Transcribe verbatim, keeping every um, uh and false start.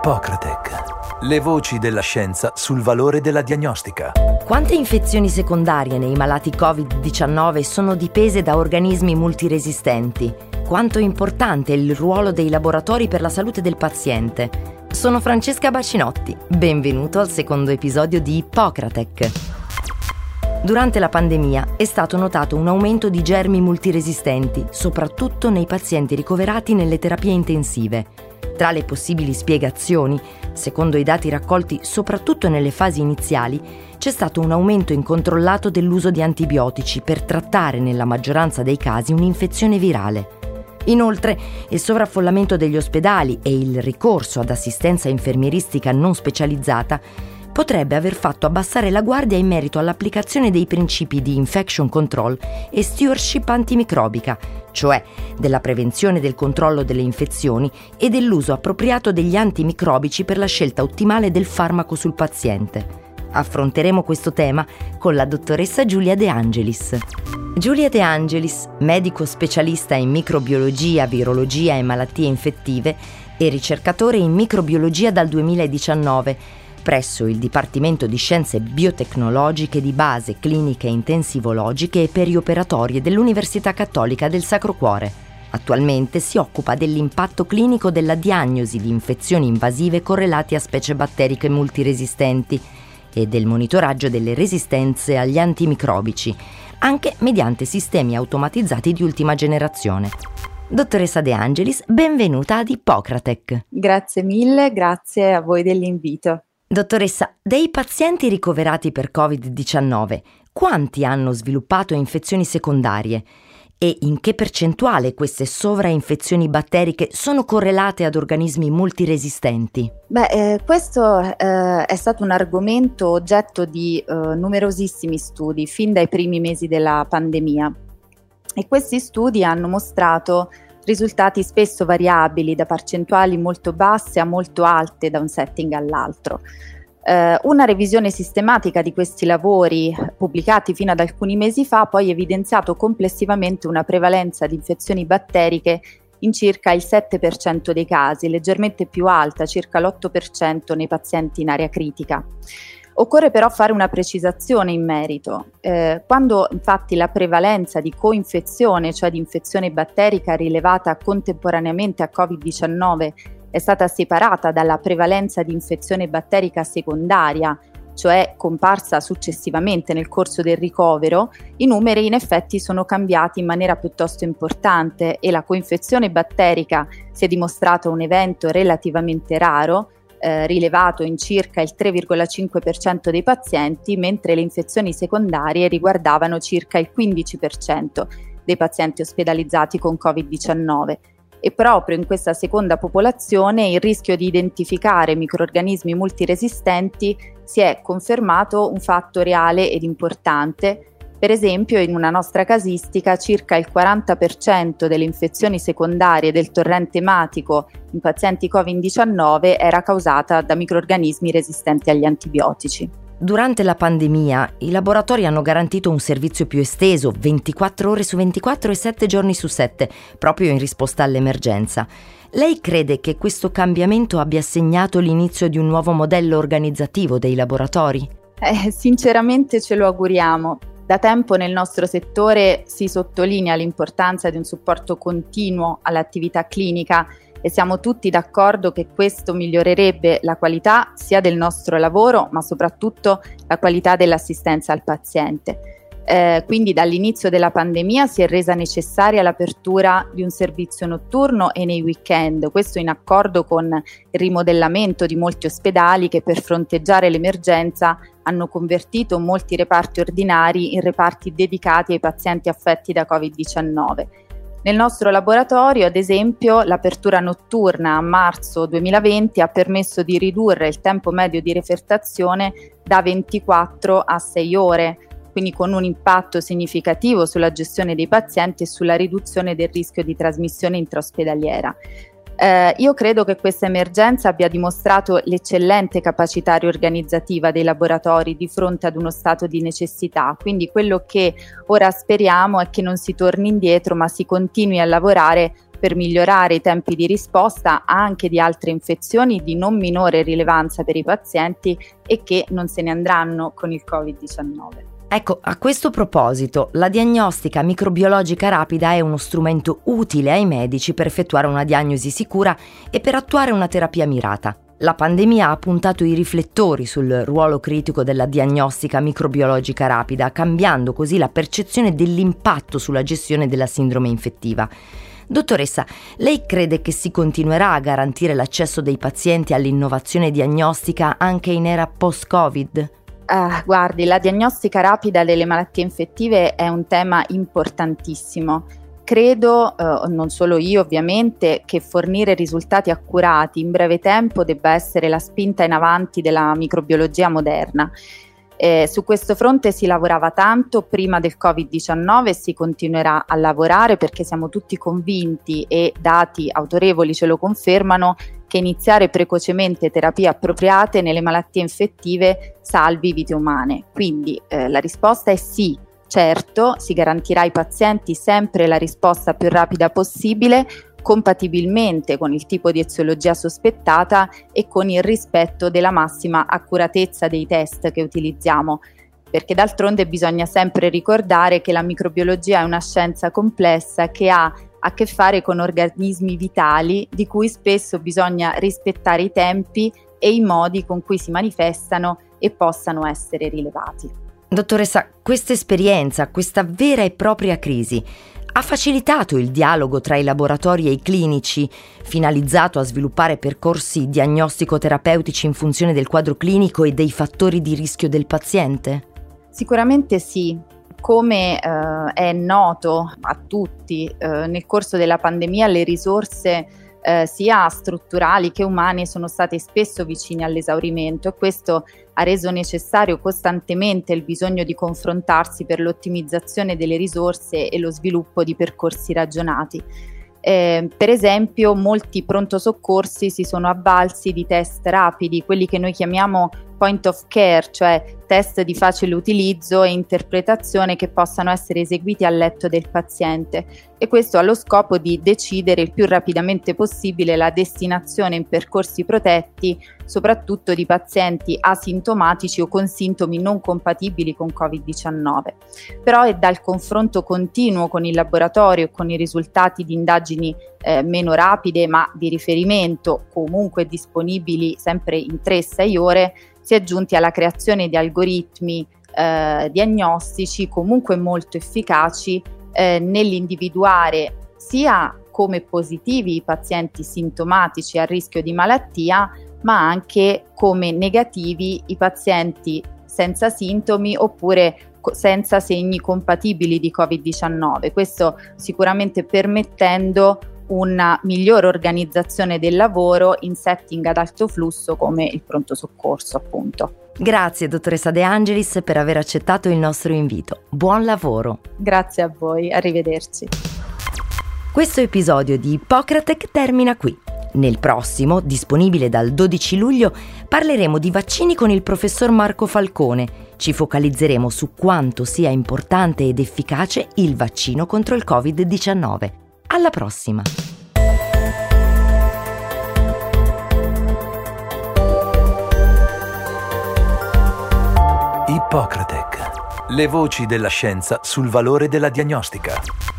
Ippocratec. Le voci della scienza sul valore della diagnostica. Quante infezioni secondarie nei malati covid diciannove sono dipese da organismi multiresistenti? Quanto è importante il ruolo dei laboratori per la salute del paziente? Sono Francesca Bacinotti. Benvenuto al secondo episodio di Ippocratec. Durante la pandemia è stato notato un aumento di germi multiresistenti, soprattutto nei pazienti ricoverati nelle terapie intensive. Tra le possibili spiegazioni, secondo i dati raccolti soprattutto nelle fasi iniziali, c'è stato un aumento incontrollato dell'uso di antibiotici per trattare nella maggioranza dei casi un'infezione virale. Inoltre, il sovraffollamento degli ospedali e il ricorso ad assistenza infermieristica non specializzata potrebbe aver fatto abbassare la guardia in merito all'applicazione dei principi di infection control e stewardship antimicrobica, cioè della prevenzione del controllo delle infezioni e dell'uso appropriato degli antimicrobici per la scelta ottimale del farmaco sul paziente. Affronteremo questo tema con la dottoressa Giulia De Angelis. Giulia De Angelis, medico specialista in microbiologia, virologia e malattie infettive e ricercatore in microbiologia dal duemiladiciannove, presso il Dipartimento di Scienze Biotecnologiche di Base, Cliniche Intensivologiche e Perioperatorie dell'Università Cattolica del Sacro Cuore. Attualmente si occupa dell'impatto clinico della diagnosi di infezioni invasive correlate a specie batteriche multiresistenti e del monitoraggio delle resistenze agli antimicrobici, anche mediante sistemi automatizzati di ultima generazione. Dottoressa De Angelis, benvenuta ad Ippocratec. Grazie mille, grazie a voi dell'invito. Dottoressa, dei pazienti ricoverati per covid diciannove, quanti hanno sviluppato infezioni secondarie e in che percentuale queste sovrainfezioni batteriche sono correlate ad organismi multiresistenti? Beh, eh, questo eh, è stato un argomento oggetto di eh, numerosissimi studi fin dai primi mesi della pandemia, e questi studi hanno mostrato risultati spesso variabili, da percentuali molto basse a molto alte da un setting all'altro. Eh, una revisione sistematica di questi lavori, pubblicati fino ad alcuni mesi fa, ha poi evidenziato complessivamente una prevalenza di infezioni batteriche in circa il sette per cento dei casi, leggermente più alta, circa l'otto per cento nei pazienti in area critica. Occorre però fare una precisazione in merito. Eh, quando infatti la prevalenza di coinfezione, cioè di infezione batterica rilevata contemporaneamente a covid diciannove, è stata separata dalla prevalenza di infezione batterica secondaria, cioè comparsa successivamente nel corso del ricovero, i numeri in effetti sono cambiati in maniera piuttosto importante e la coinfezione batterica si è dimostrato un evento relativamente raro, Eh, rilevato in circa il tre virgola cinque per cento dei pazienti, mentre le infezioni secondarie riguardavano circa il quindici per cento dei pazienti ospedalizzati con covid diciannove. E proprio in questa seconda popolazione il rischio di identificare microrganismi multiresistenti si è confermato un fatto reale ed importante. Per esempio, in una nostra casistica, circa il quaranta per cento delle infezioni secondarie del torrente ematico in pazienti covid diciannove era causata da microrganismi resistenti agli antibiotici. Durante la pandemia, i laboratori hanno garantito un servizio più esteso, ventiquattro ore su ventiquattro e sette giorni su sette, proprio in risposta all'emergenza. Lei crede che questo cambiamento abbia segnato l'inizio di un nuovo modello organizzativo dei laboratori? Eh, sinceramente ce lo auguriamo. Da tempo nel nostro settore si sottolinea l'importanza di un supporto continuo all'attività clinica e siamo tutti d'accordo che questo migliorerebbe la qualità sia del nostro lavoro, ma soprattutto la qualità dell'assistenza al paziente. Eh, quindi dall'inizio della pandemia si è resa necessaria l'apertura di un servizio notturno e nei weekend, questo in accordo con il rimodellamento di molti ospedali che per fronteggiare l'emergenza hanno convertito molti reparti ordinari in reparti dedicati ai pazienti affetti da covid diciannove. Nel nostro laboratorio, ad esempio, l'apertura notturna a marzo duemilaventi ha permesso di ridurre il tempo medio di refertazione da ventiquattro a sei ore, quindi con un impatto significativo sulla gestione dei pazienti e sulla riduzione del rischio di trasmissione intraospedaliera. Eh, io credo che questa emergenza abbia dimostrato l'eccellente capacità riorganizzativa dei laboratori di fronte ad uno stato di necessità, quindi quello che ora speriamo è che non si torni indietro ma si continui a lavorare per migliorare i tempi di risposta anche di altre infezioni di non minore rilevanza per i pazienti e che non se ne andranno con il covid diciannove. Ecco, a questo proposito, la diagnostica microbiologica rapida è uno strumento utile ai medici per effettuare una diagnosi sicura e per attuare una terapia mirata. La pandemia ha puntato i riflettori sul ruolo critico della diagnostica microbiologica rapida, cambiando così la percezione dell'impatto sulla gestione della sindrome infettiva. Dottoressa, lei crede che si continuerà a garantire l'accesso dei pazienti all'innovazione diagnostica anche in era post-Covid? Uh, guardi, la diagnostica rapida delle malattie infettive è un tema importantissimo. Credo, uh, non solo io ovviamente, che fornire risultati accurati in breve tempo debba essere la spinta in avanti della microbiologia moderna. Eh, su questo fronte si lavorava tanto prima del covid diciannove e si continuerà a lavorare perché siamo tutti convinti, e dati autorevoli ce lo confermano, che iniziare precocemente terapie appropriate nelle malattie infettive salvi vite umane. Quindi eh, la risposta è sì, certo, si garantirà ai pazienti sempre la risposta più rapida possibile, compatibilmente con il tipo di eziologia sospettata e con il rispetto della massima accuratezza dei test che utilizziamo, perché d'altronde bisogna sempre ricordare che la microbiologia è una scienza complessa che ha a che fare con organismi vitali di cui spesso bisogna rispettare i tempi e i modi con cui si manifestano e possano essere rilevati. Dottoressa, questa esperienza, questa vera e propria crisi, ha facilitato il dialogo tra i laboratori e i clinici, finalizzato a sviluppare percorsi diagnostico-terapeutici in funzione del quadro clinico e dei fattori di rischio del paziente? Sicuramente sì. Come eh, è noto a tutti, eh, nel corso della pandemia le risorse eh, sia strutturali che umane sono state spesso vicine all'esaurimento e questo ha reso necessario costantemente il bisogno di confrontarsi per l'ottimizzazione delle risorse e lo sviluppo di percorsi ragionati. Eh, per esempio, molti pronto soccorsi si sono avvalsi di test rapidi, quelli che noi chiamiamo point of care, cioè test di facile utilizzo e interpretazione che possano essere eseguiti al letto del paziente, e questo allo scopo di decidere il più rapidamente possibile la destinazione in percorsi protetti, soprattutto di pazienti asintomatici o con sintomi non compatibili con covid diciannove. Però è dal confronto continuo con il laboratorio e con i risultati di indagini eh, meno rapide ma di riferimento, comunque disponibili sempre in tre sei ore, si è giunti alla creazione di algoritmi eh, diagnostici comunque molto efficaci eh, nell'individuare sia come positivi i pazienti sintomatici a rischio di malattia, ma anche come negativi i pazienti senza sintomi oppure senza segni compatibili di covid diciannove. Questo sicuramente permettendo una migliore organizzazione del lavoro in setting ad alto flusso come il pronto soccorso, appunto. Grazie dottoressa De Angelis per aver accettato il nostro invito. Buon lavoro. Grazie a voi, arrivederci. Questo episodio di Ippocratec termina qui. Nel prossimo, disponibile dal dodici luglio, parleremo di vaccini con il professor Marco Falcone. Ci focalizzeremo su quanto sia importante ed efficace il vaccino contro il covid diciannove. Alla prossima! Ippocratec. Le voci della scienza sul valore della diagnostica.